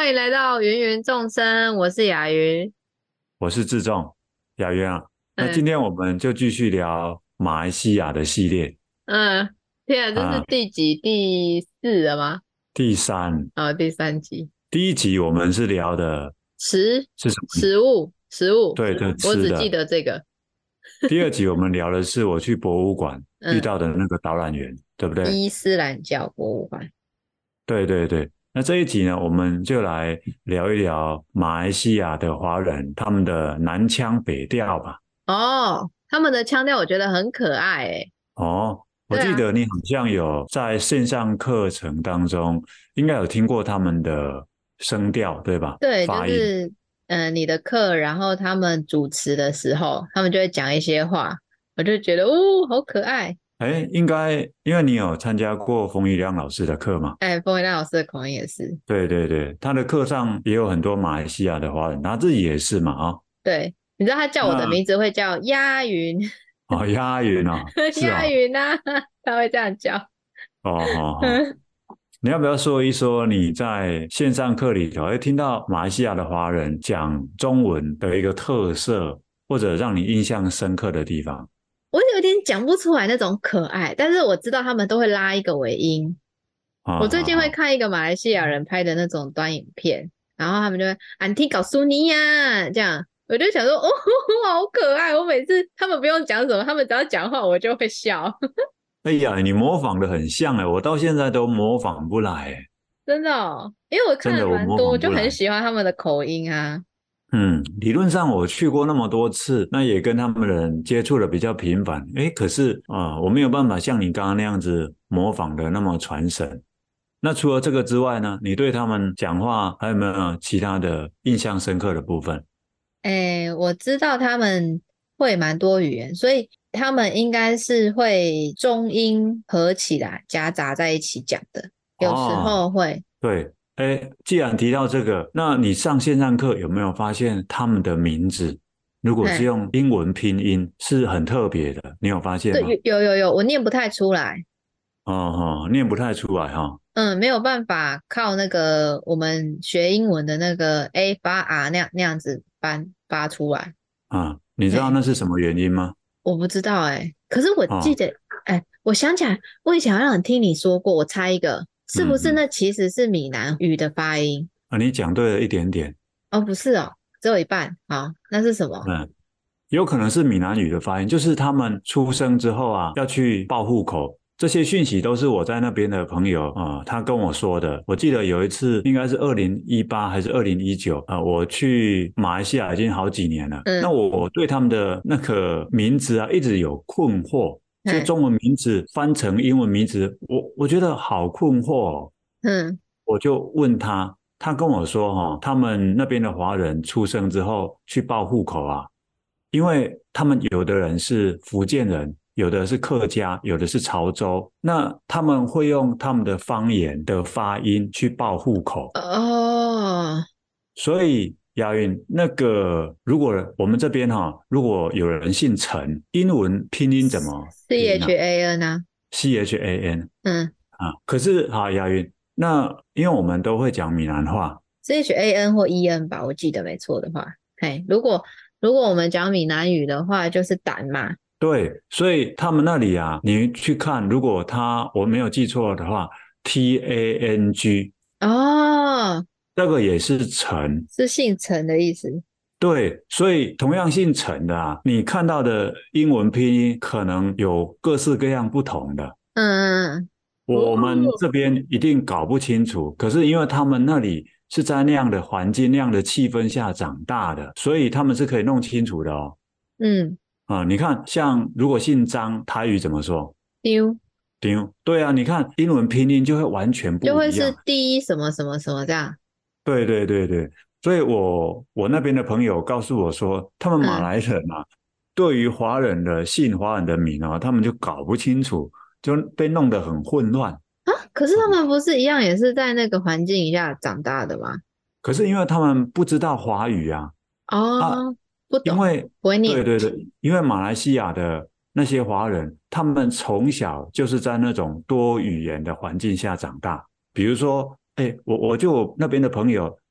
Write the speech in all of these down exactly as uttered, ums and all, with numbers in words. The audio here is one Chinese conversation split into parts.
欢迎来到芸芸众生，我是雅云， 我是志仲，雅媛啊。那嗯今天我们就继续聊马来西亚的系列嗯，天啊，这是啊， 第几？第四了吗？ 第三哦，第三集， 第一集我们是聊的食是什么？ 食物食物， 对对， 我只记吃的。 得这个， 第二集我们聊的是我去博物馆遇嗯， 到的那个导览员，对不对？ 伊斯兰教博物馆。 对对对。那这一集呢，我们就来聊一聊马来西亚的华人他们的南腔北调吧。 哦，他们的腔调我觉得很可爱诶。 哦，我对啊， 记得你好像有在线上课程当中，应该有听过他们的声调，对吧？ 对，就发音。 是嗯、呃你的课，然后他们主持的时候，他们就会讲一些话，我就觉得哦，好可爱。 哎，应该因为你有参加过冯玉亮老师的课嘛？ 哎，风味大老师的口音也是。 对对对，他的课上也有很多马来西亚的华人，他自己也是嘛啊、哦。 对，你知道他叫我的那名字会叫押云， 哦，押韵哦，是押哦。 云啊，他会这样叫。 哦，好好，你要不要说一说你在线上课里头，会听到马来西亚的华人讲中文的一个特色，或者让你印象深刻的地方？ 我有点讲不出来那种可爱，但是我知道他们都会拉一个尾音。我啊， 最近会好好。 看一个马来西亚人拍的那种短影片，然后他们就会安提告诉你呀，这样我就想说，哦，好可爱。我每次他们不用讲什么，他们只要讲话，我就会笑， 哎呀，你模仿的很像哎，我到现在都模仿不来哎， 真的哦，因为我看了真的我模蛮多，我就仿不来。 很喜欢他们的口音啊。 嗯，理论上我去过那么多次，那也跟他们的人接触的比较频繁。诶，可是啊、呃我没有办法像你刚刚那样子模仿的那么传神。那除了这个之外呢，你对他们讲话还有没有其他的印象深刻的部分？ 诶，我知道他们会蛮多语言，所以他们应该是会中英合起来夹杂在一起讲的，有时哦， 候会。 对，诶，既然提到这个，那你上线上课有没有发现他们的名字，如果是嘿， 用英文拼音，是很特别的，你有发现吗？ 对，有有有，我念不太出来， 哦哦，念不太出来哈、 嗯，没有办法靠那个我们学英文的那个 A 发 R 那样那样子发发出来。 啊，你知道嘿， 那是什么原因吗？ 我不知道哎、可是我记哦， 得，哎，我想起来，我以前好像有听你说过，我猜一个，是不嗯嗯， 是那其实是闽南语的发音？ 啊，你讲对了一点点， 哦，不是哦，只有一半。好，那是什么？ 嗯，有可能是闽南语的发音，就是他们出生之后啊，要去报户口，这些讯息都是我在那边的朋友啊、呃他跟我说的。我记得有一次，应该是二零一八还是二零一九啊，我去马来西亚已经好几年了。那嗯， 我对他们的那个名字啊，一直有困惑。就嘿， 中文名字翻成英文名字，我我觉得好困惑哦。 嗯， 我就问他，他跟我说，哈，他们那边的华人出生之后去报户口啊，因为他们有的人是福建人，有的是客家，有的是潮州，那他们会用他们的方言的发音去报户口， 哦所以亚运那个，如果我们这边哈，如果有人姓陈，英文拼音怎么 ，C 拼 H 啊 A N 啊， ？C H A N 嗯啊，可是哈，亚运，那因为我们都会讲闽南话。 ，C H A N 或 E N 吧，我记得没错的话，嘿，如果如果我们讲闽南语的话，就是胆嘛， 对，所以他们那里啊，你去看，如果他我没有记错的话，T A N G 哦， 这个也是陈， 是姓陈的意思， 对，所以同样姓陈的啊，你看到的英文拼音可能有各式各样不同的， 嗯嗯嗯， 我们哦， 这边一定搞不清楚，可是因为他们那里是在那样的环境、那样的气氛下长大的，所以他们是可以弄清楚的哦。 嗯， 啊，你看，像如果姓张，台语怎么说？ 丢丁，对啊，你看英文拼音就会完全就会不一样。 是第一什么什么什么这样， 对对对对，所以我我那边的朋友告诉我说，他们马嗯来人啊，对于华人的姓、华人的名啊，他们就搞不清楚，就被弄得很混乱。 啊，可是他们不是一样也是在那个环境下长大的吗？ 可是因为他们不知道华语啊啊， 哦，不懂， 因为不会念， 对对对，因为马来西亚的那些华人，他们从小就是在那种多语言的环境下长大。比如说，哎，我我就那边的朋友，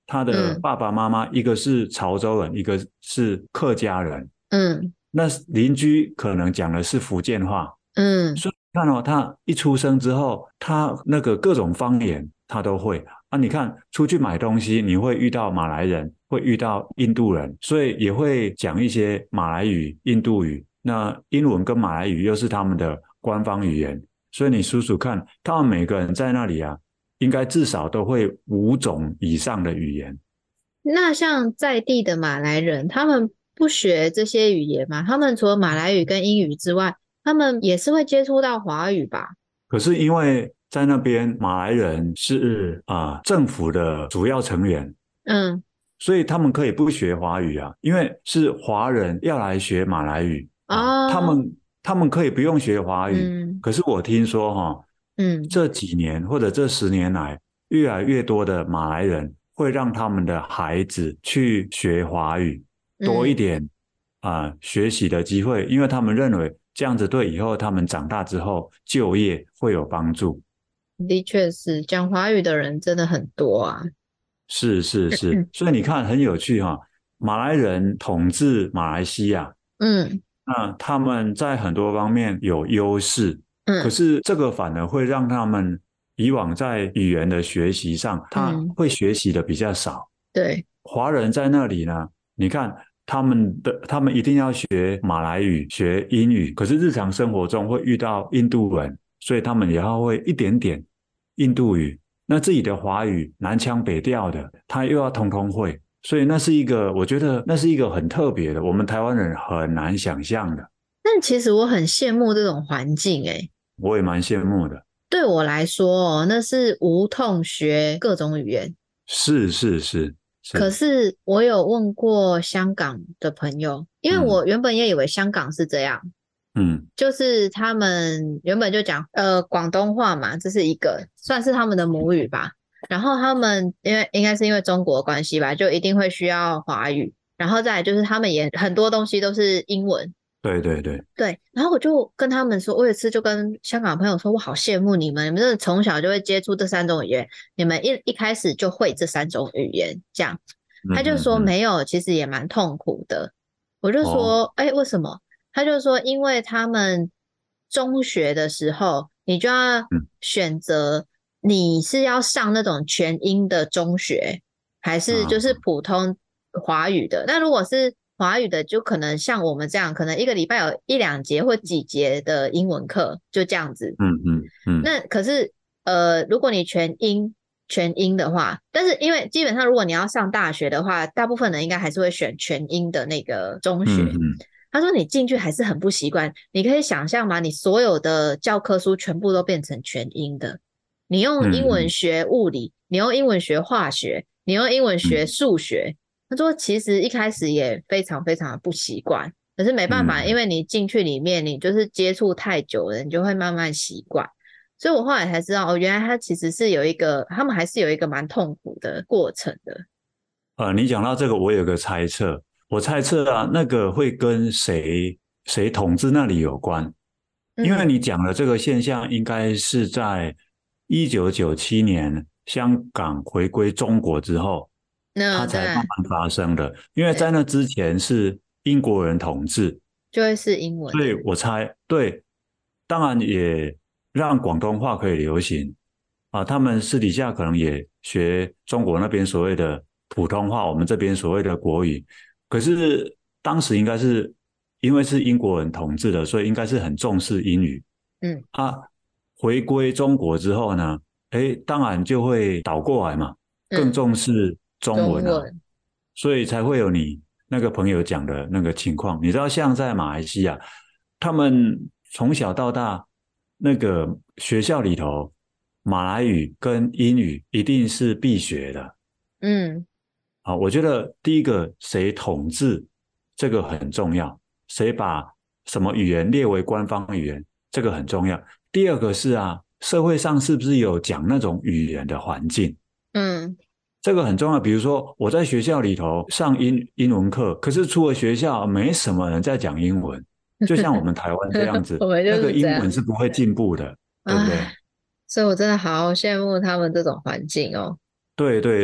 他的爸爸妈妈一个是潮州人，一个是客家人， 嗯， 那邻居可能讲的是福建话， 嗯， 所以看哦，他一出生之后，他那个各种方言他都会啊。你看出去买东西，你会遇到马来人，会遇到印度人，所以也会讲一些马来语、印度语。那英文跟马来语又是他们的官方语言，所以你数数看，他们每个人在那里啊，应该至少都会五种以上的语言。 那像在地的马来人，他们不学这些语言吗？他们除了马来语跟英语之外，他们也是会接触到华语吧？ 可是因为在那边马来人是啊、呃政府的主要成员， 嗯， 所以他们可以不学华语啊，因为是华人要来学马来语啊，他哦， 们他们可以不用学华语。 嗯， 可是我听说哈、 嗯， 这几年或者这十年来，越来越多的马来人会让他们的孩子去学华语，多一嗯， 点啊、呃学习的机会，因为他们认为这样子对以后他们长大之后就业会有帮助。 的确是讲华语的人真的很多啊。 是是是，所以你看很有趣哈、马来人统治马来西亚， 嗯， 那他们在很多方面有优势，可嗯， 是这个反而会让他们以往在语言的学习上，他嗯， 会学习的比较少。 对， 华人在那里呢，你看他们的他们一定要学马来语、学英语，可是日常生活中会遇到印度人，所以他们也要会一点点印度语。那自己的华语南腔北调的，他又要通通会，所以那是一个，我觉得那是一个很特别的，我们台湾人很难想象的， 但其实我很羡慕这种环境诶、 我也蛮羡慕的。 对我来说哦，那是无痛学各种语言。 是是是可是， 是我有问过香港的朋友，因为嗯我原本也以为香港是这样， 嗯就是他们原本就讲呃广东话嘛，这是一个算是他们的母语吧。然后他们因为应该是因为中国的关系吧，就一定会需要华语，然后再来就是他们也很多东西都是英文。 对对对， 对，然后我就跟他们说，我有一次就跟香港朋友说，我好羡慕你们，你们真的从小就会接触这三种语言，你们一一开始就会这三种语言，这样。 嗯他就嗯嗯， 说没有，其实也蛮痛苦的。我就哦， 说，哎，为什么？他就说，因为他们中学的时候，你就要嗯选择你是要上那种全英的中学，还是就是啊普通华语的。那如果是华语的，就可能像我们这样，可能一个礼拜有一两节或几节的英文课，就这样子。 嗯嗯嗯那可是呃，如果你全英全英的话，但是因为基本上如果你要上大学的话，大部分人应该还是会选全英的那个中学。 嗯嗯他说你进去还是很不习惯，你可以想象吗？你所有的教科书全部都变成全英的，你用英文嗯嗯学物理，你用英文学化学，你用英文学嗯数学。他说其实一开始也非常非常的不习惯，可是没办法，因嗯， 为你进去里面，你就是接触太久了，你就会慢慢习惯。所以我后来才知道，哦，原来他其实是有一个，他们还是有一个蛮痛苦的过程的。 呃，你讲到这个，我有个猜测，我猜测啊，那个会跟谁谁统治那里有关，因为嗯， 你讲的这个现象，应该是在一九九七年香港回归中国之后，它那对才慢慢发生的。因为在对， 那之前是英国人统治， 就会是英文。 所以我猜对，当然也让广东话可以流行啊。他们私底下可能也学中国那边所谓的普通话，我们这边所谓的国语。可是当时应该是因为是英国人统治的，所以应该是很重视英语。 嗯啊，回归中国之后呢，诶，当然就会倒过来嘛，更嗯， 重视中文啊， 中文。 所以才会有你那个朋友讲的那个情况。你知道，像在马来西亚，他们从小到大那个学校里头，马来语跟英语一定是必学的。 嗯啊，我觉得第一个谁统治这个很重要，谁把什么语言列为官方语言，这个很重要。第二个是啊，社会上是不是有讲那种语言的环境， 嗯， 这个很重要。比如说我在学校里头上英英文课，可是出了学校没什么人在讲英文，就像我们台湾这样子， 我们就那个是这样。 英文是不会进步的，对不对？ 唉，所以我真的好羡慕他们这种环境哦。 对对对，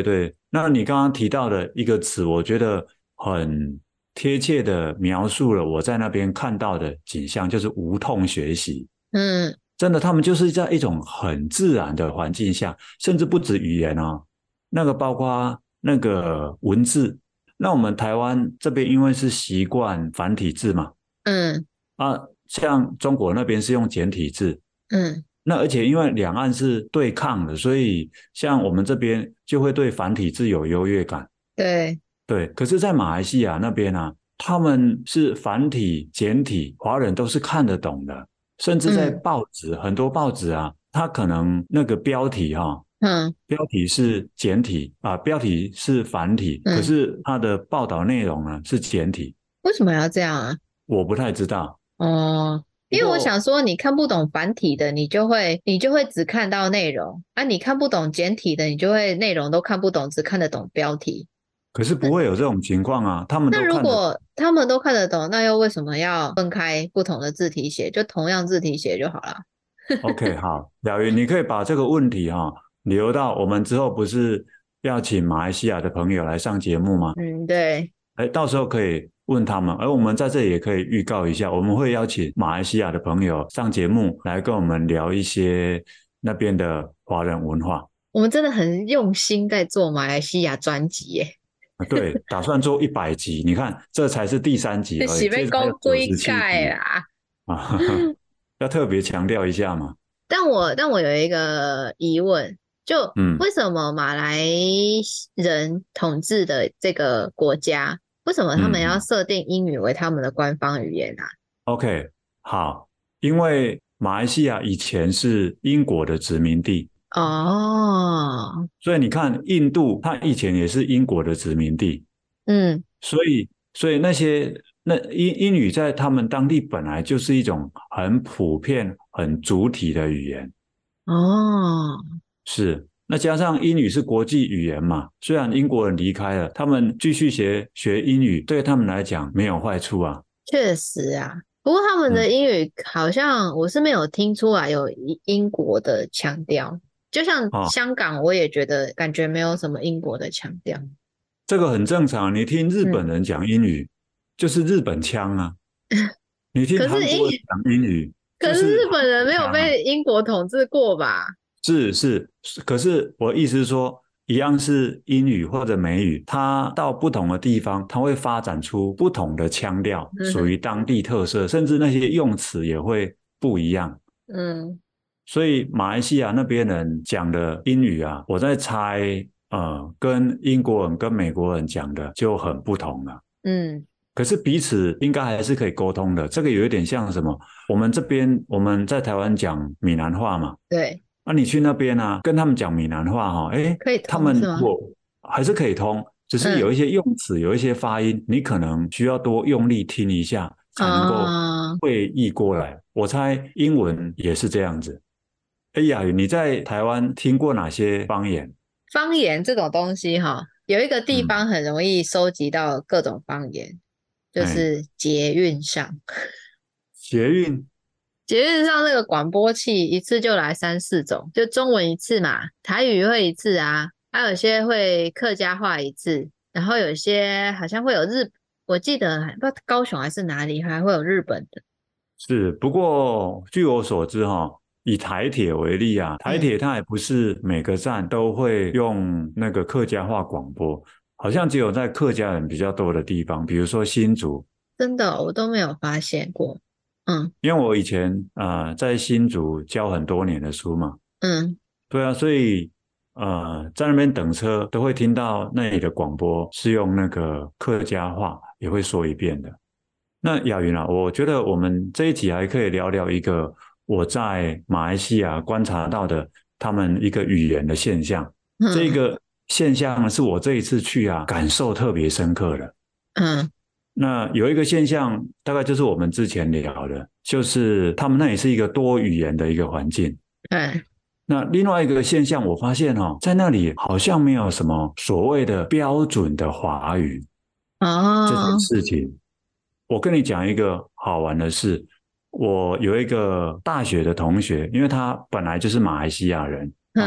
那你刚刚提到的一个词，我觉得很贴切的描述了我在那边看到的景象，就是无痛学习。 嗯真的，他们就是在一种很自然的环境下，甚至不止语言哦，那个包括那个文字。那我们台湾这边因为是习惯繁体字嘛， 嗯啊，像中国那边是用简体字， 嗯， 那而且因为两岸是对抗的，所以像我们这边就会对繁体字有优越感。 对， 对，可是，在马来西亚那边啊，他们是繁体、简体，华人都是看得懂的，甚至在嗯报纸，很多报纸啊，它可能那个标题哈、哦， 嗯标题是简体啊，标题是繁体，可嗯， 是它的报道内容呢是简体， 为什么要这样啊？ 我不太知道。 哦，因为我想不过， 说，你看不懂繁体的，你就会你就会只看到内容啊；你看不懂简体的，你就会内容都看不懂，只看得懂标题。 可是不会有这种情况啊，他们那都看得懂。 如果他们都看得懂，那又为什么要分开不同的字体写？就同样字体写就好了。 OK，好，雅云，你可以把这个问题哈、留到我们之后，不是要请马来西亚的朋友来上节目吗？ 嗯，对， 哎，到时候可以问他们，而我们在这里也可以预告一下，我们会邀请马来西亚的朋友上节目来跟我们聊一些那边的华人文化。 我们真的很用心在做马来西亚专辑耶， 啊对，打算做一百集，你看这才是第三集而已， 是被接着还有公归九十七集盖啦。 啊，哈哈，要特别强调一下嘛。 但我但我有一个疑问，就嗯为什么马来人统治的这个国家，为什么他们要嗯嗯设定英语为他们的官方语言啊？ ，OK，好，因为马来西亚以前是英国的殖民地， 哦， 所以你看印度，它以前也是英国的殖民地， 嗯所以所以那些那英英语在他们当地本来就是一种很普遍、很主体的语言， 哦， 是。那加上英语是国际语言嘛，虽然英国人离开了，他们继续学学英语，对他们来讲没有坏处啊。 确实啊。不过他们的嗯， 英语好像我是没有听出来有英英国的腔调，就像哦， 香港，我也觉得感觉没有什么英国的腔调。 这个很正常。你听日本嗯， 人讲英语，就是日本腔啊；你听可是英韩国人讲英语， 可是就是韩日本人没有国腔啊。 被英国统治过吧？ 是是，可是我意思是说，一样是英语或者美语，它到不同的地方，它会发展出不同的腔调， 嗯哼， 属于当地特色，甚至那些用词也会不一样。 嗯所以马来西亚那边人讲的英语啊，我在猜，呃，跟英国人跟美国人讲的就很不同了。 嗯可是彼此应该还是可以沟通的。这个有一点像什么？我们这边我们在台湾讲闽南话嘛， 对， 那、你去那边啊，跟他们讲闽南话哈、哦，诶， 可以他通是吗？ 们我还是可以通，只是有嗯一些用词，有一些发音，你可能需要多用力听一下，才能够啊， 会译过来。我猜英文也是这样子。哎呀，你在台湾听过哪些方言？ 方言这种东西哈，有一个地嗯， 方很容易收集到各种方言，就哎， 是捷运上。 捷运捷运上那个广播器一次就来三四种，就中文一次嘛，台语会一次啊，还有些会客家话一次，然后有些好像会有日，我记得不知道高雄还是哪里还会有日本的， 是，不过据我所知哈、以台铁为例啊，台嗯， 铁它也不是每个站都会用那个客家话广播，好像只有在客家人比较多的地方，比如说新竹。 真的哦我都没有发现过，嗯因为我以前呃在新竹教很多年的书嘛， 嗯对啊，所以呃在那边等车都会听到那里的广播是用那个客家话，也会说一遍的。那雅云啊，我觉得我们这一集还可以聊聊一个我在马来西亚观察到的他们一个语言的现象。这嗯个现象呢，是我这一次去啊感受特别深刻的。 嗯那有一个现象，大概就是我们之前聊的，就是他们那里是一个多语言的一个环境。 对， 那另外一个现象，我发现哦，在那里好像没有什么所谓的标准的华语这件哦， 事情。我跟你讲一个好玩的事，我有一个大学的同学，因为他本来就是马来西亚人啊， 嗯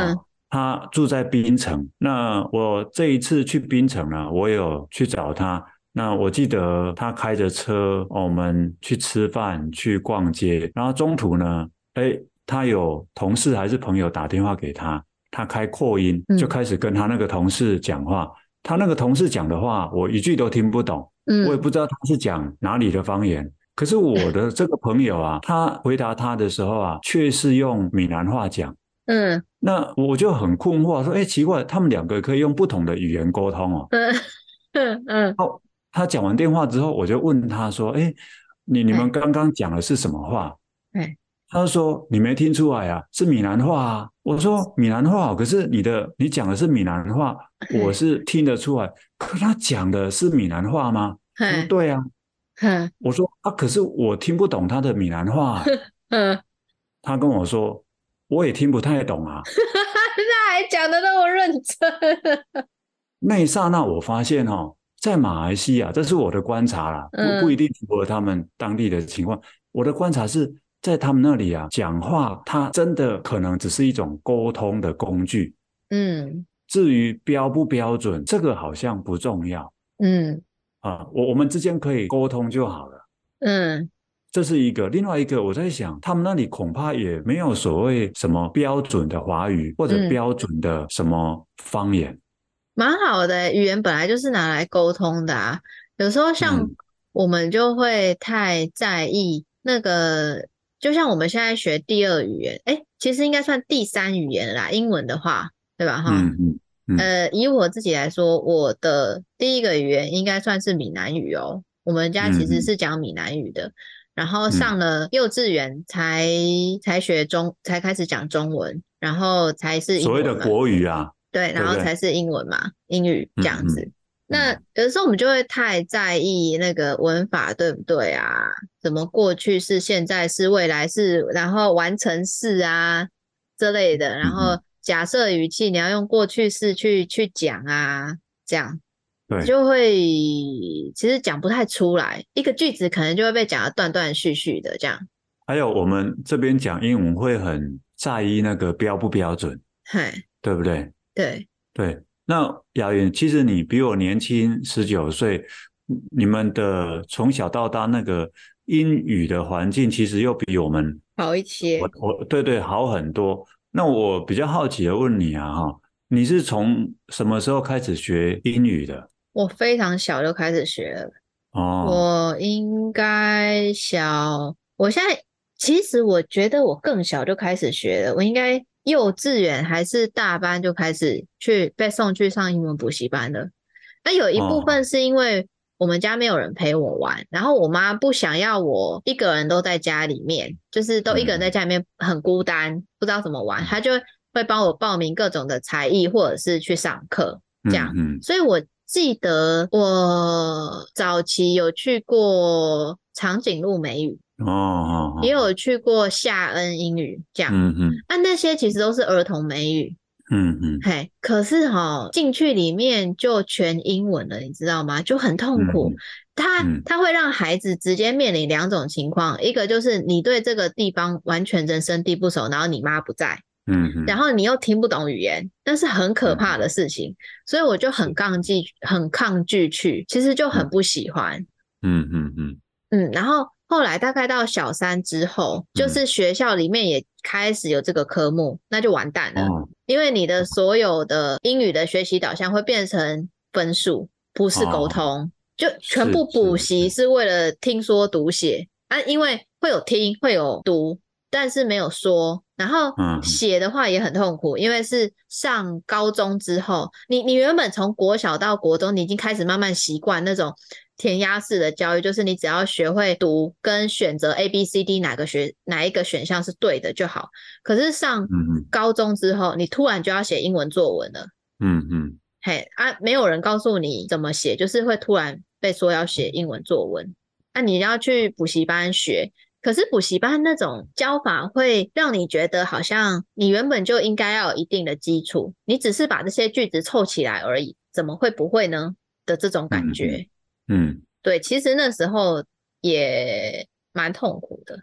他住在槟城。那我这一次去槟城呢，我有去找他。那我记得他开着车，我们去吃饭、去逛街，然后中途呢，哎，他有同事还是朋友打电话给他，他开扩音就开始跟他那个同事讲话。嗯、他那个同事讲的话，我一句都听不懂，嗯、我也不知道他是讲哪里的方言。可是我的这个朋友啊，他回答他的时候啊，却是用闽南话讲。嗯，那我就很困惑，说，哎，奇怪，他们两个可以用不同的语言沟通哦。嗯嗯嗯。哦，他讲完电话之后，我就问他说，哎，你你们刚刚讲的是什么话？哎，他就说你没听出来啊，是闽南话啊。我说闽南话，可是你的你讲的是闽南话，我是听得出来。可他讲的是闽南话吗？他说对啊。我说啊，可是我听不懂他的闽南话。嗯，他跟我说，我也听不太懂啊。 那还讲得那么认真？ 那一刹那，我发现哦，在马来西亚，这是我的观察啦，不不一定符合他们当地的情况。我的观察是在他们那里啊，讲话它真的可能只是一种沟通的工具。嗯，至于标不标准，这个好像不重要。嗯，啊，我我们之间可以沟通就好了。嗯。这是一个，另外一个我在想，他们那里恐怕也没有所谓什么标准的华语或者标准的什么方言。 蛮好的，语言本来就是拿来沟通的啊。有时候像我们就会太在意那个，嗯、就像我们现在学第二语言，哎，其实应该算第三语言啦，英文的话，对吧？哈，嗯嗯嗯。呃，以我自己来说，我的第一个语言应该算是闽南语哦。我们家其实是讲闽南语的。嗯嗯，然后上了幼稚园才、嗯、才学中，才开始讲中文，然后才是英文嘛， 所谓的国语啊， 对，然后才是英文嘛，英语这样子。嗯嗯，那有的时候我们就会太在意那个文法对不对啊？什么过去式、现在式、未来式，然后完成式啊之类的，然后假设语气你要用过去式去去讲啊，这样。对，就会其实讲不太出来，一个句子可能就会被讲得断断续续的这样。 还有我们这边讲英文会很在意那个标不标准，对不对？ 对对。那雅媛，其实你比我年轻十九岁，你们的从小到大那个英语的环境其实又比我们好一些。 我我对对好很多。那我比较好奇的问你啊，哈，你是从什么时候开始学英语的？ 我非常小就开始学了。哦，我应该小，我现在其实我觉得我更小就开始学了，我应该幼稚园还是大班就开始去被送去上英文补习班了。那有一部分是因为我们家没有人陪我玩，然后我妈不想要我一个人都在家里面，就是都一个人在家里面很孤单，不知道怎么玩，她就会帮我报名各种的才艺或者是去上课这样。嗯嗯，所以我记得我早期有去过长颈鹿美语，哦哦，也有去过夏恩英语，这样，嗯嗯，啊，那些其实都是儿童美语，嗯嗯，嘿，可是哈、哦、进去里面就全英文了，你知道吗？就很痛苦。嗯、它它会让孩子直接面临两种情况，一个就是你对这个地方完全人生地不熟，然后你妈不在。嗯，然后你又听不懂语言，那是很可怕的事情，嗯、所以我就很抗拒，很抗拒去，其实就很不喜欢。嗯嗯嗯嗯，然后后来大概到小三之后，就是学校里面也开始有这个科目，那就完蛋了，哦、因为你的所有的英语的学习导向会变成分数，不是沟通，哦、就全部补习是为了听说读写啊，因为会有听会有读，但是没有说。然后写的话也很痛苦，因为是上高中之后，你你原本从国小到国中，你已经开始慢慢习惯那种填鸭式的教育，就是你只要学会读跟选择 A B C D 哪个学哪一个选项是对的就好。可是上高中之后，你突然就要写英文作文了，嗯嗯，嘿啊，没有人告诉你怎么写，就是会突然被说要写英文作文，那、啊、你要去补习班学。可是补习班那种教法会让你觉得好像你原本就应该要有一定的基础，你只是把这些句子凑起来而已，怎么会不会呢的这种感觉。嗯，嗯对，其实那时候也蛮痛苦的。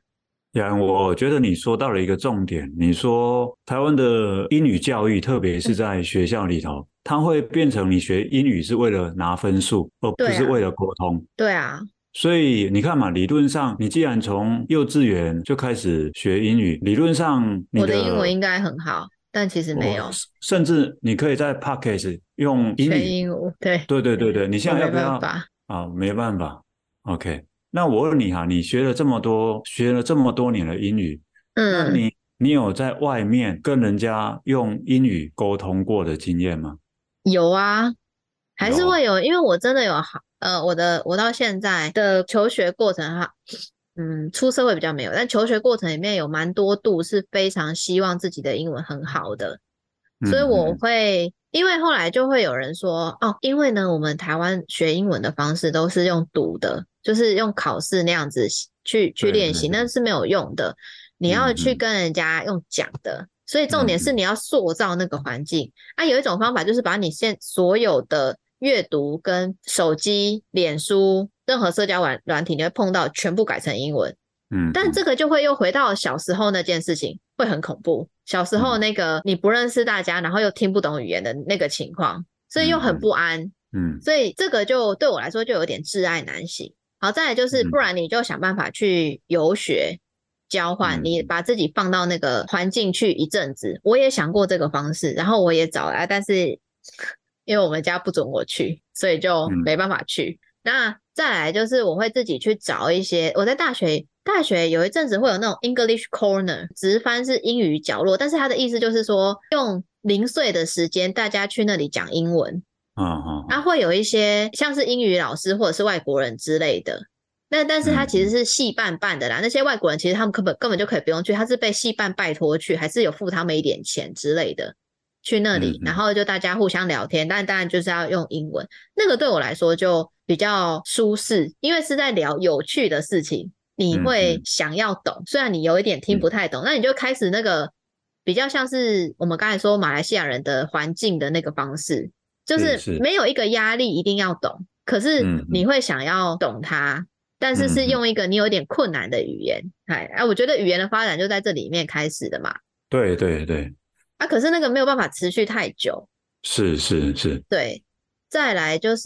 呀，我觉得你说到了一个重点，你说台湾的英语教育，特别是在学校里头，它会变成你学英语是为了拿分数，而不对啊， 是为了沟通。 对啊， 所以你看嘛，理论上，你既然从幼稚园就开始学英语，理论上你我的英文的， 应该很好，但其实没我有。 甚至你可以在 Podcast 用英语。 全英文，对， 对对对对，你现在要我没不要办法。 啊？没办法，OK。那我问你哈，你学了这么多，学了这么多年的英语，那嗯， 你你有在外面跟人家用英语沟通过的经验吗？ 有啊，还是会有。 有，因为我真的有好，呃，我的我到现在的求学过程哈，嗯，出社会比较没有，但求学过程里面有蛮多度是非常希望自己的英文很好的，所以我嗯嗯会，因为后来就会有人说，哦，因为呢，我们台湾学英文的方式都是用读的，就是用考试那样子去去练习， 对对对。 那是没有用的。你要嗯嗯去跟人家用讲的，所以重点是嗯嗯你要塑造那个环境。啊，有一种方法就是把你现所有的阅读跟手机、脸书、任何社交软软体你会碰到，全部改成英文。但这嗯嗯个就会又回到小时候那件事情，会很恐怖。小时候嗯那个你不认识大家，然后又听不懂语言的那个情况，所以又很不嗯安。 嗯所以这个就对我来说就有点挚爱难行。好，再来就是，不嗯然你就想办法去游学、交换，你嗯把自己放到那个环境去一阵子。我也想过这个方式，然后我也找来，但是因为我们家不准我去，所以就没嗯办法去。那再来就是我会自己去找一些，我在大学大学有一阵子会有那种 English Corner，直翻是英语角落，但是它的意思就是说用零碎的时间大家去那里讲英文， 嗯嗯它会有一些像是英语老师或者是外国人之类的。那但是他其实嗯是系办办的啦，那些外国人其实他们根本根本就可以不用去，他是被系办拜托去，还是有付他们一点钱之类的。去那里，然嗯嗯后就大家互相聊天，但当然就是要用英文。那个对我来说就比较舒适，因为是在聊有趣的事情，你会嗯想要懂，虽然你有一点听不嗯， 太懂，那你就开始那个比较像是我们刚才说马来西亚人的环境的那个方式，就是是是。 没有一个压力一定要懂，可是嗯嗯你会想要懂它。但是是嗯嗯， 用一个你有点困难的语言，哎，啊，我觉得语言的发展就在这里面开始的嘛， 对对对， 啊，可是那个没有办法持续太久， 是是是。 对，再来就是，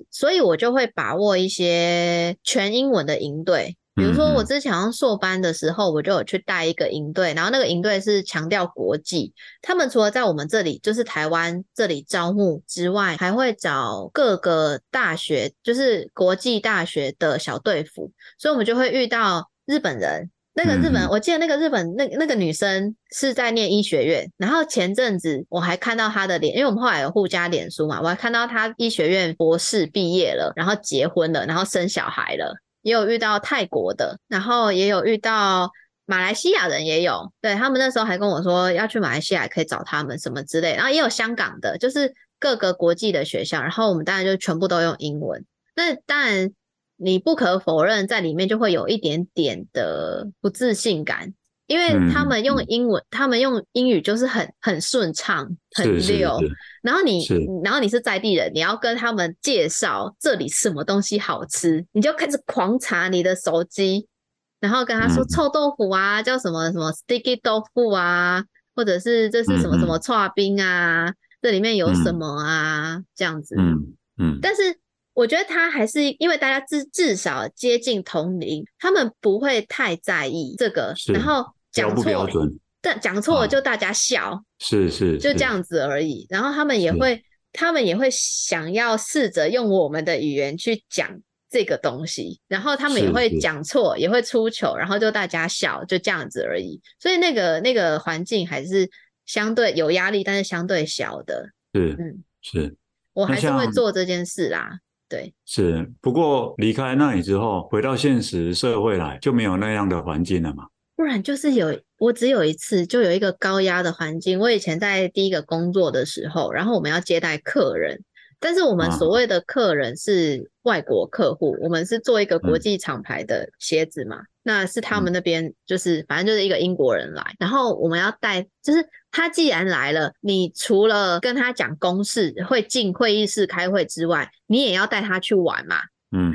所以我就会把握一些全英文的营队。比如说，我嗯嗯之前好像硕班的时候，我就有去带一个营队，然后那个营队是强调国际。他们除了在我们这里，就是台湾这里招募之外，还会找各个大学，就是国际大学的小队服，所以我们就会遇到日本人。那个日本， 嗯嗯我记得那个日本那那个女生是在念医学院，然后前阵子我还看到她的脸，因为我们后来有互加脸书嘛，我还看到她医学院博士毕业了，然后结婚了，然后生小孩了，也有遇到泰国的，然后也有遇到马来西亚人也有，对，他们那时候还跟我说要去马来西亚可以找他们什么之类，然后也有香港的，就是各个国际的学校，然后我们当然就全部都用英文。那当然，你不可否认，在里面就会有一点点的不自信感，因为他们用嗯嗯， 英文，他们用英语就是很很顺畅、 是很溜。 是是然后你， 是。 然后你是在地人，你要跟他们介绍这里什么东西好吃，你就开始狂查你的手机，然后跟他说嗯臭豆腐啊，叫什么什么 sticky 豆腐啊，或者是这是什么什么嗯嗯刨冰啊，这里面有什嗯么啊，这样子。 嗯嗯， 但是我觉得他还是因为大家至至少接近同龄，他们不会太在意这个，然是后标不标讲错， 准但讲错了啊？ 就大家笑， 是是是就这样子而已。然后他们也是。 会，他们也会想要试着用我们的语言去讲这个东西，然后他们也会是是讲错，也会出糗，然后就大家笑，就这样子而已。所以那个那个环境还是相对有压力，但是相对小的。 是嗯， 是。 我还是会那像做这件事啦。对。 是，不过离开那里之后，回到现实社会来，就没有那样的环境了嘛。 不然就是有，我只有一次就有一个高压的环境。我以前在第一个工作的时候，然后我们要接待客人，但是我们所啊。 谓的客人是外国客户，我们是做一个国嗯际厂牌的鞋子嘛，那是他们嗯那边就是反正就是一个英国人来，然后我们要带，就是他既然来了，你除了跟他讲公事，会进会议室开会之外，你也要带他去玩嘛。嘿， 嗯嗯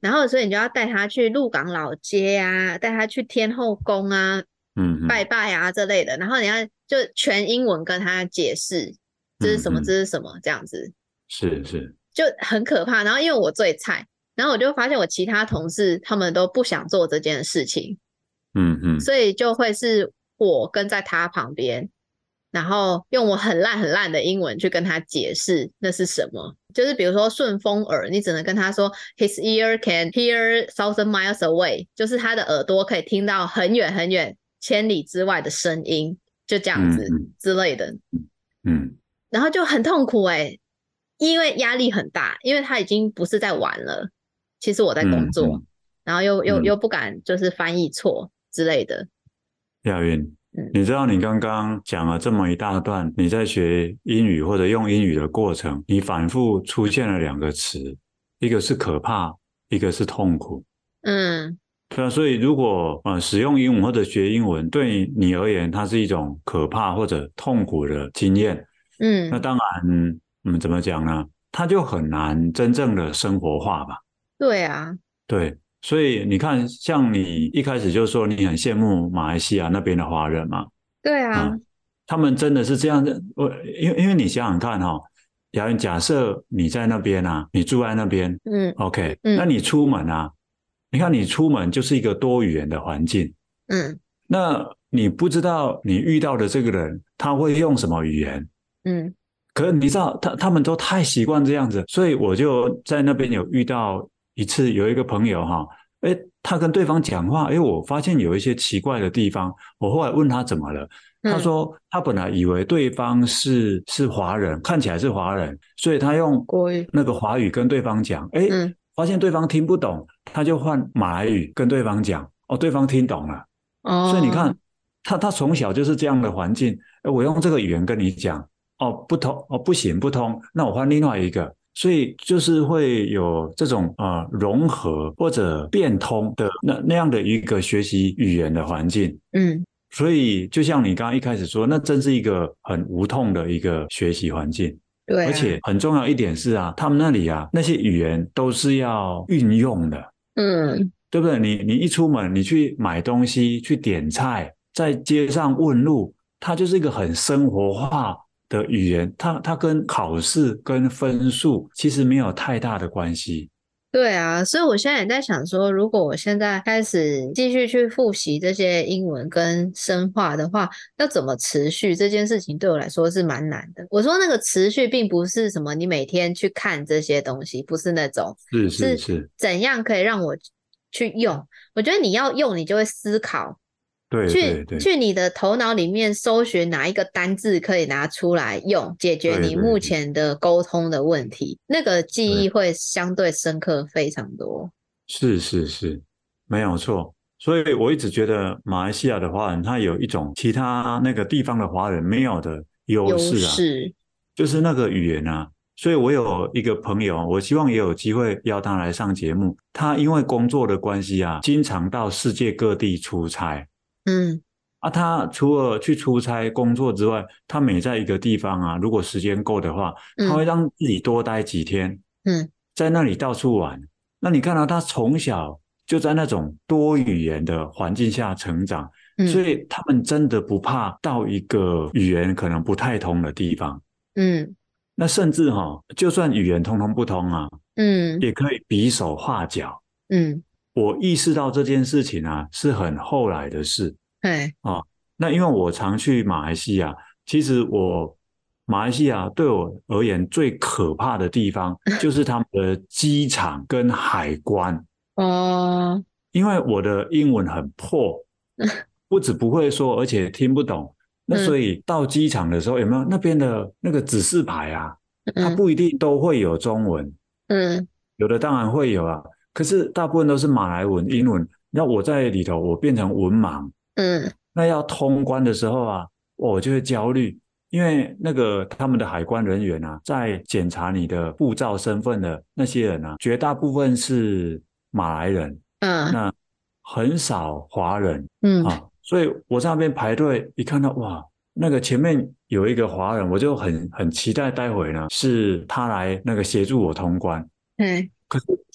然后所以你就要带他去鹿港老街啊，带他去天后宫啊， 嗯嗯拜拜啊这类的，然后你要就全英文跟他解释这是什么，这嗯嗯， 是什么，这样子是是， 就很可怕。然后因为我最菜，然后我就发现我其他同事他们都不想做这件事情， 嗯嗯所以就会是我跟在他旁边，然后用我很烂很烂的英文去跟他解释那是什么。就是比如说顺风耳，你只能跟他说 his ear can hear thousand miles away， 就是他的耳朵可以听到很远很远千里之外的声音，就这样子嗯嗯之类的。 嗯然后就很痛苦哎、欸，因为压力很大，因为他已经不是在玩了，其实我在工作， 嗯嗯然后又又嗯， 又不敢就是翻译错之类的。 亚云， 嗯你知道你刚刚讲了这么一大段，你在学英语或者用英语的过程，你反复出现了两个词，一个是可怕，一个是痛苦。 嗯对啊，所以如果呃使用英文或者学英文对你而言，它是一种可怕或者痛苦的经验，那嗯， 当然，嗯，怎么讲呢？它就很难真正的生活化吧。 对啊， 对，所以你看，像你一开始就说你很羡慕马来西亚那边的华人嘛， 对啊， 啊，他们真的是这样的。我因为因为你想想看哈、哦，雅云，假设你在那边啊，你住在那边嗯 ，OK，那嗯你出门啊，你看你出门就是一个多语言的环境， 嗯那你不知道你遇到的这个人他会用什么语言， 嗯可是你知道他他们都太习惯这样子，所以我就在那边有遇到一次，有一个朋友哈，诶，他跟对方讲话，诶，我发现有一些奇怪的地方，我后来问他怎么了，他嗯， 说他本来以为对方是是华人，看起来是华人，所以他用国语， 那个华语跟对方讲，诶， 嗯发现对方听不懂，他就换马来语跟对方讲，哦，对方听懂了，所以你哦， 看他他从小就是这样的环境，诶，我用这个语言跟你讲。哦，不通哦，不行不通，那我换另外一个，所以就是会有这种呃融合或者变通的那那样的一个学习语言的环境。 嗯所以就像你刚刚一开始说，那真是一个很无痛的一个学习环境。 对啊， 而且很重要一点是啊，他们那里啊那些语言都是要运用的， 嗯对不对？你你一出门，你去买东西，去点菜，在街上问路，它就是一个很生活化的语言，它它跟考试跟分数其实没有太大的关系。 对啊，所以我现在也在想说，如果我现在开始继续去复习这些英文跟深化的话，要怎么持续这件事情对我来说是蛮难的。我说那个持续，并不是什么你每天去看这些东西，不是那种， 是是是是， 怎样可以让我去用。我觉得你要用，你就会思考， 对对去对去你的头脑里面搜寻哪一个单字可以拿出来用，解决你目对对对前的沟通的问题，那个记忆对， 会相对深刻非常多。 是是是，没有错。所以我一直觉得马来西亚的华人，他有一种其他那个地方的华人没有的优优势啊， 势， 就是那个语言啊。所以我有一个朋友，我希望也有机会邀他来上节目。他因为工作的关系啊，经常到世界各地出差。 嗯啊，他除了去出差工作之外，他每在一个地方啊，如果时间够的话，他会嗯让自己多待几天， 嗯在那里到处玩。那你看到、他从小就在那种多语言的环境下成长，所嗯以他们真的不怕到一个语言可能不太通的地方。 嗯那甚至哈、哦，就算语言通通不通啊， 嗯也可以比手画脚。 嗯， 我意识到这件事情啊，是很后来的事。 对， 啊，那因为我常去马来西亚，其实我马来西亚对我而言最可怕的地方就是他们的机场跟海关， 哦， 因为我的英文很破，不止不会说，而且听不懂。那所嗯以到机场的时候，有没有那边的那个指示牌啊？它嗯不一定都会有中文， 嗯有的当然会有啊，可是大部分都是马来文、英文。那我在里头，我变成文盲。 嗯那要通关的时候啊，我就会焦虑，因为那个他们的海关人员啊，在检查你的护照身份的那些人啊，绝大部分是马来人， 嗯那很少华人嗯啊，所以我在那边排队，一看到哇，那个前面有一个华人，我就很很期待待会呢是他来那个协助我通关。 嗯， 可是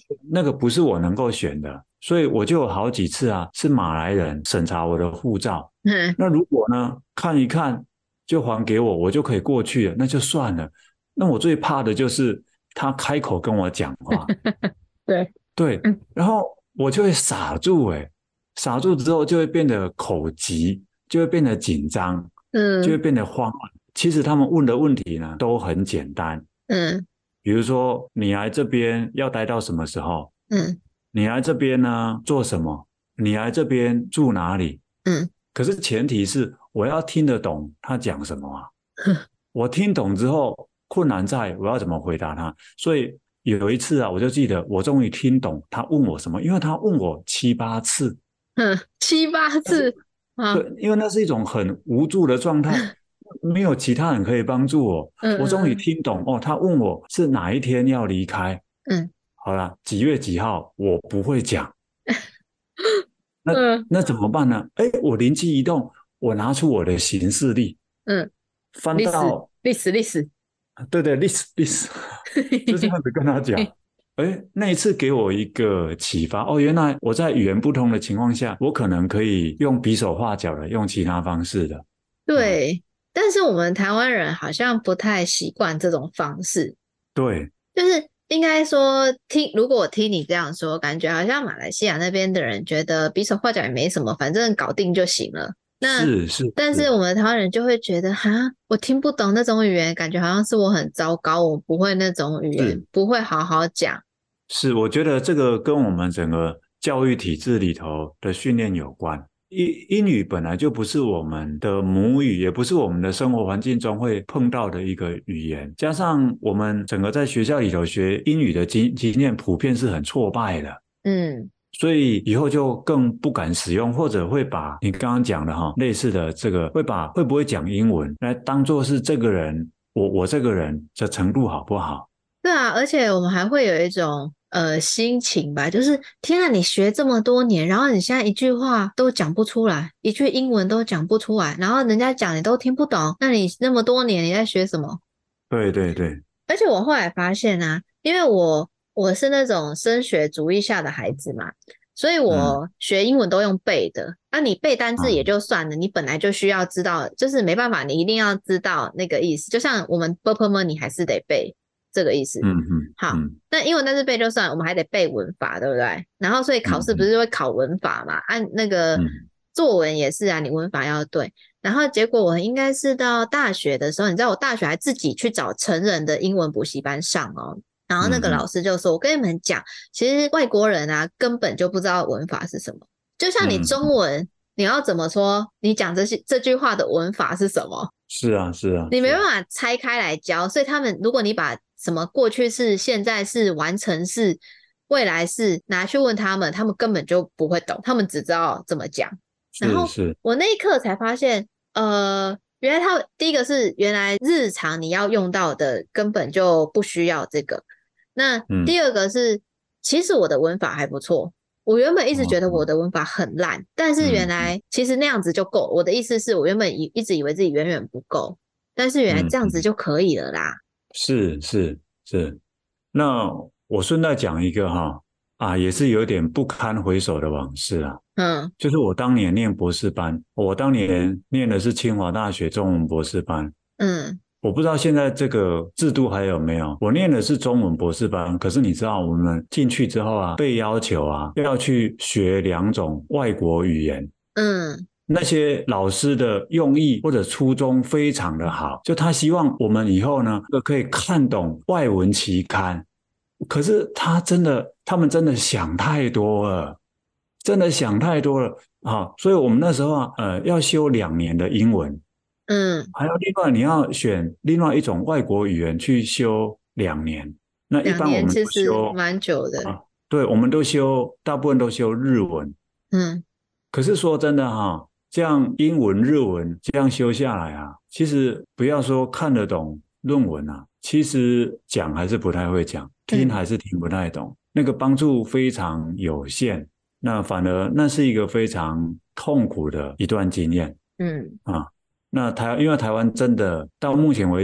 那个不是我能够选的，所以我就有好几次啊，是马来人审查我的护照。 嗯， 那如果呢看一看就还给我，我就可以过去了，那就算了。那我最怕的就是他开口跟我讲话， 对， 对， 嗯然后我就会傻住，诶，傻住之后就会变得口急，就会变得紧张，就会嗯变得慌乱。其实他们问的问题呢都很简单， 嗯比如说你来这边要待到什么时候？ 嗯你来这边呢做什么？你来这边住哪里？ 嗯可是前提是我要听得懂他讲什么啊。我听懂之后，困难在我要怎么回答他。所以有一次啊，我就记得我终于听懂他问我什么，因为他问我七八次。 嗯，七八次啊， 对，因为那是一种很无助的状态，没有其他人可以帮助我。 嗯我终于嗯听懂哦，他问我是哪一天要离开。 嗯好了，几月几号，我不会讲。那嗯那怎么办呢？哎，我灵机一动，我拿出我的行事历， 嗯，历史翻到历史历史， 对对历史历史，就这样子跟他讲。哎，那一次给我一个启发哦，原来我在语言不通的情况下，我可能可以用比手画脚的，用其他方式的。啊， 对，但是我们台湾人好像不太习惯这种方式， 对， 就是应该说听，如果我听你这样说，感觉好像马来西亚那边的人觉得比手画脚也没什么，反正搞定就行了。那是是是但是我们台湾人就会觉得，哈，我听不懂那种语言，感觉好像是我很糟糕，我不会那种语言， 是不会好好讲。 是，我觉得这个跟我们整个教育体制里头的训练有关。英英语本来就不是我们的母语，也不是我们的生活环境中会碰到的一个语言，加上我们整个在学校里头学英语的经经验普遍是很挫败的， 嗯所以以后就更不敢使用，或者会把你刚刚讲的哈类似的这个，会把会不会讲英文来当做是这个人，我我这个人的程度好不好？ 对啊，而且我们还会有一种呃心情吧，就是天啊，你学这么多年，然后你现在一句话都讲不出来，一句英文都讲不出来，然后人家讲你都听不懂，那你那么多年你在学什么？ 对对对， 而且我后来发现啊，因为我我是那种升学主义下的孩子嘛，所以嗯我学英文都用背的。那、你背单字也嗯就算了，你本来就需要知道，就是没办法，你一定要知道那个意思。就像我们 b u r p l e money 还是得背这个意思。 嗯嗯好， 嗯那英文单词背就算了，我们还得背文法，对不对？然后所以考试不嗯嗯是会考文法嘛？按、那个嗯作文也是啊，你文法要对。然后结果我应该是到大学的时候，你知道我大学还自己去找成人的英文补习班上哦。然后那个老嗯嗯师就说：“我跟你们讲，其实外国人啊根本就不知道文法是什么。就像你嗯， 中文，你要怎么说？你讲这些这句话的文法是什么？ 是啊是啊， 你没办是啊， 法拆开来教。所以他们，如果你把什么过去式、现在式、完成式、未来式拿去问他们，他们根本就不会懂，他们只知道怎么讲。然后是是， 我那一刻才发现，呃，原来他第一个是原来日常你要用到的根本就不需要这个。那嗯第二个是，其实我的文法还不错。我原本一直觉得我哦的文法很烂，但是原嗯嗯来其实那样子就够。我的意思是我原本一一直以为自己远远不够，但是原来这样子嗯嗯， 就可以了啦。 是是是。那我顺带讲一个哈啊，也是有点不堪回首的往事啊。 嗯就是我当年念博士班，我当年念的是清华大学中文博士班。 嗯我不知道现在这个制度还有没有。我念的是中文博士班，可是你知道我们进去之后啊，被要求啊要去学两种外国语言。 嗯那些老师的用意或者初衷非常的好，就他希望我们以后呢可以看懂外文期刊。可是他真的，他们真的想太多了，真的想太多了啊！所以我们那时候啊，呃，要修两年的英文， 嗯， 还有另外你要选另外一种外国语言去修两年。那一两般我们年其实都修蛮久的。 啊，对，我们都修，大部分都修日文。 嗯可是说真的哈，这样英文、日文这样修下来啊，其实不要说看得懂论文啊，其实讲还是不太会讲，听嗯还是听不太懂，那个帮助非常有限。那反而那是一个非常痛苦的一段经验嗯啊。那台因为台湾真的到目前为止，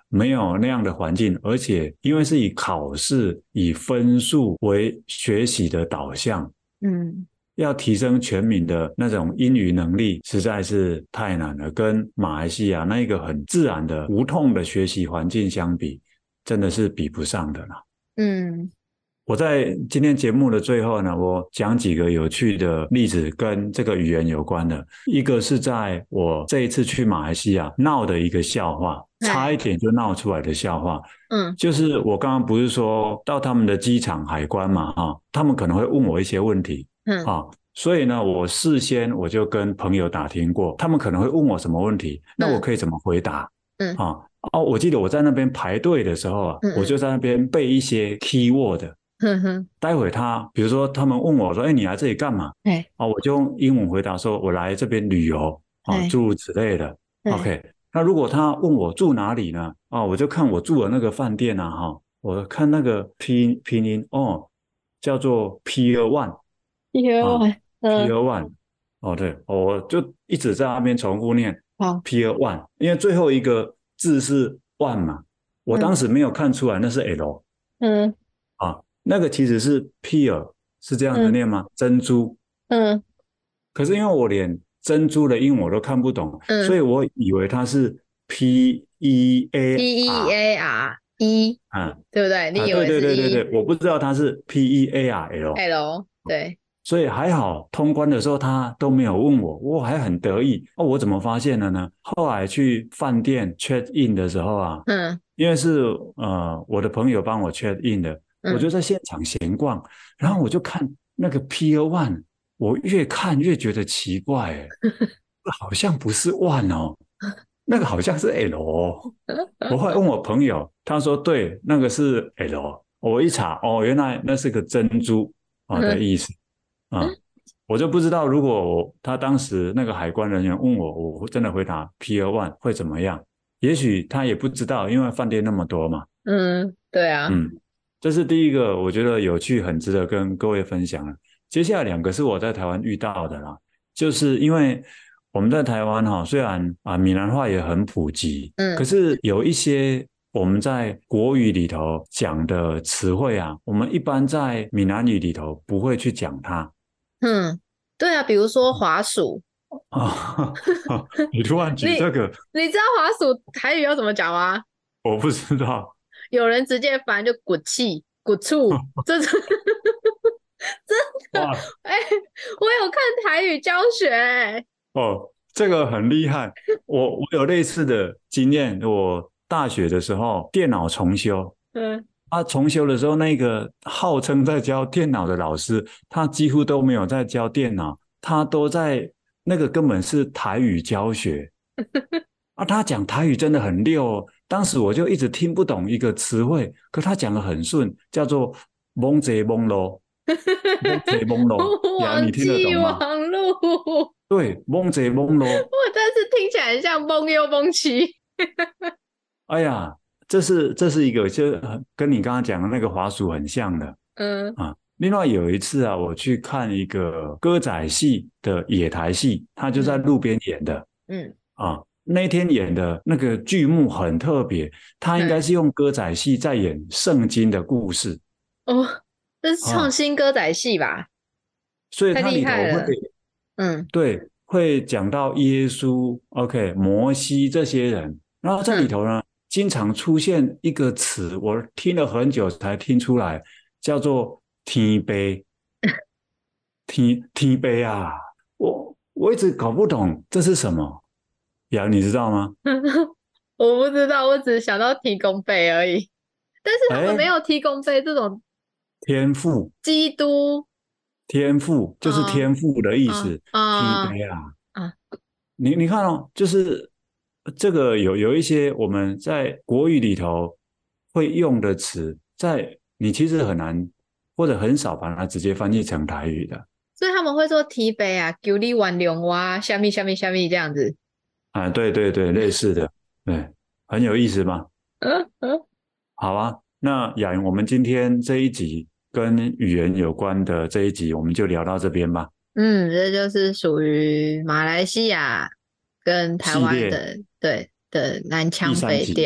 没有那样的环境，而且因为是以考试、以分数为学习的导向， 嗯， 要提升全民的那种英语能力，实在是太难了。跟马来西亚那一个很自然的、无痛的学习环境相比，真的是比不上的啦。 嗯， 我在今天节目的最后呢，我讲几个有趣的例子跟这个语言有关的。一个是在我这一次去马来西亚闹的一个笑话，差一点就闹出来的笑话。 嗯， 就是我刚刚不是说到他们的机场海关嘛，哈，他们可能会问我一些问题， 嗯， 啊，所以呢，我事先我就跟朋友打听过，他们可能会问我什么问题，那我可以怎么回答？ 嗯， 啊，哦，我记得我在那边排队的时候啊， 嗯嗯我就在那边背一些 keyword。 哼哼， 待会他比如说他们问我说：“哎，你来这里干嘛？” 哎， 啊，我就用英文回答说：“我来这边旅游啊， 哎， 诸如此类的。” 哎， OK，那如果他问我住哪里呢？啊，我就看我住的那个饭店啊，哈，我看那个拼拼音哦，叫做 Pier One 一二啊万，嗯， ，Pier One。哦，对，我就一直在那边重复念好， Pier One，因为最后一个字是 one 嘛，我当时没有看出来那是 L 嗯， 啊。那个其实是 pear， 是这样子嗯， 念吗？珍珠。 嗯， 可是因为我连珍珠的英文我都看不懂， 嗯， 所以我以为它是 P E A P E R， A R E， 啊对不对？你啊，对对以为是对对 E 对，我不知道它是 P E A R L， L？对， 所以还好通关的时候他都没有问我，我还很得意哦。我怎么发现的呢？后来去饭店 check in 的时候啊， 嗯， 因为是呃我的朋友帮我 check in 的，我就嗯， 在现场闲逛，然后我就看那个 Pier One，我越看越觉得奇怪，哎，好像不是 One 哦，那个好像是 L 哦。我后来问我朋友，他说对，那个是 L。我一查，哦，原来那是个珍珠啊的意思啊。我就不知道，如果我他当时那个海关人员问我，我真的回答 Pier One 会怎么样？也许他也不知道，因为饭店那么多嘛。 嗯，对啊， 嗯，这是第一个，我觉得有趣，很值得跟各位分享的。接下来两个是我在台湾遇到的啦，就是因为我们在台湾哈、哦，虽然啊闽南话也很普及， 嗯， 可是有一些我们在国语里头讲的词汇啊，我们一般在闽南语里头不会去讲它。 嗯，对啊，比如说滑鼠， 啊，你突然举你这个， 你知道滑鼠台语要怎么讲吗？ 我不知道。 有人直接翻就滚气、滚醋，这是真的。 哇， 哎、我有看台语教学、欸， 哦，这个很厉害。我我有类似的经验，我大学的时候电脑重修， 嗯， 他重修的时候，那个号称在教电脑的老师，他几乎都没有在教电脑，他都在那个根本是台语教学啊。他讲台语真的很溜哦，当时我就一直听不懂一个词汇，可他讲的很顺，叫做蒙贼蒙咯，蒙贼蒙咯，呀，你网听得际懂吗？ 网路， 对，蒙贼蒙咯。 我但是听起来很像蒙又蒙奇。 哎呀，这是这是一个，就跟你刚刚讲的那个滑鼠很像的嗯， 啊。另外有一次啊，我去看一个歌仔戏的野台戏，他就在路边演的， 嗯， 啊。那天演的那个剧目很特别，他应该是用歌仔戏在演圣经的故事哦，这是创啊， 新歌仔戏吧？太厉所以它里头会害了。嗯， 对会讲到耶稣，OK，摩西这些人，然后在里嗯， 头呢，经常出现一个词，我听了很久才听出来，叫做天杯。天天杯啊，我我一直搞不懂这是什么呀，你知道吗？ 我不知道，我只想到提供杯而已。但是他们哎， 没有提供杯这种天赋， 基督， 天赋就是啊天赋的意啊思，天啊杯啊。 啊， 你你看哦，就是这个有有一些我们在国语里头会用的词，在你其实很难或者很少把它直接翻译成台语的所以他们会说提杯啊，九里万龙哇，虾米虾米虾米这样子。 啊，对对对，类似的，对，很有意思吧？ 嗯嗯， 好啊，那雅云，我们今天这一集跟语言有关的这一集，我们就聊到这边吧。 嗯，这就是属于马来西亚跟台系列湾的对的南第腔三集， 北调。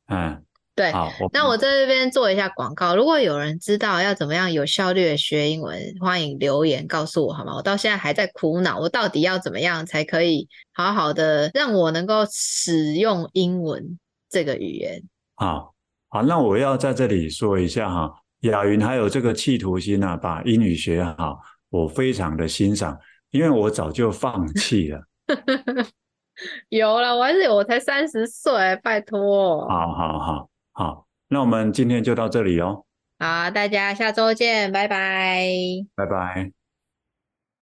嗯， 对， 好，我那我在这边做一下广告。如果有人知道要怎么样有效率的学英文，欢迎留言告诉我好吗？我到现在还在苦恼，我到底要怎么样才可以好好的让我能够使用英文这个语言。 好，好，那我要在这里说一下哈，雅云还有这个企图心啊，把英语学好，我非常的欣赏，因为我早就放弃了。 有了，我还是有，我才三十岁，拜托。 好好好好，那我们今天就到这里哦， 好，大家下周见，拜拜。 拜拜。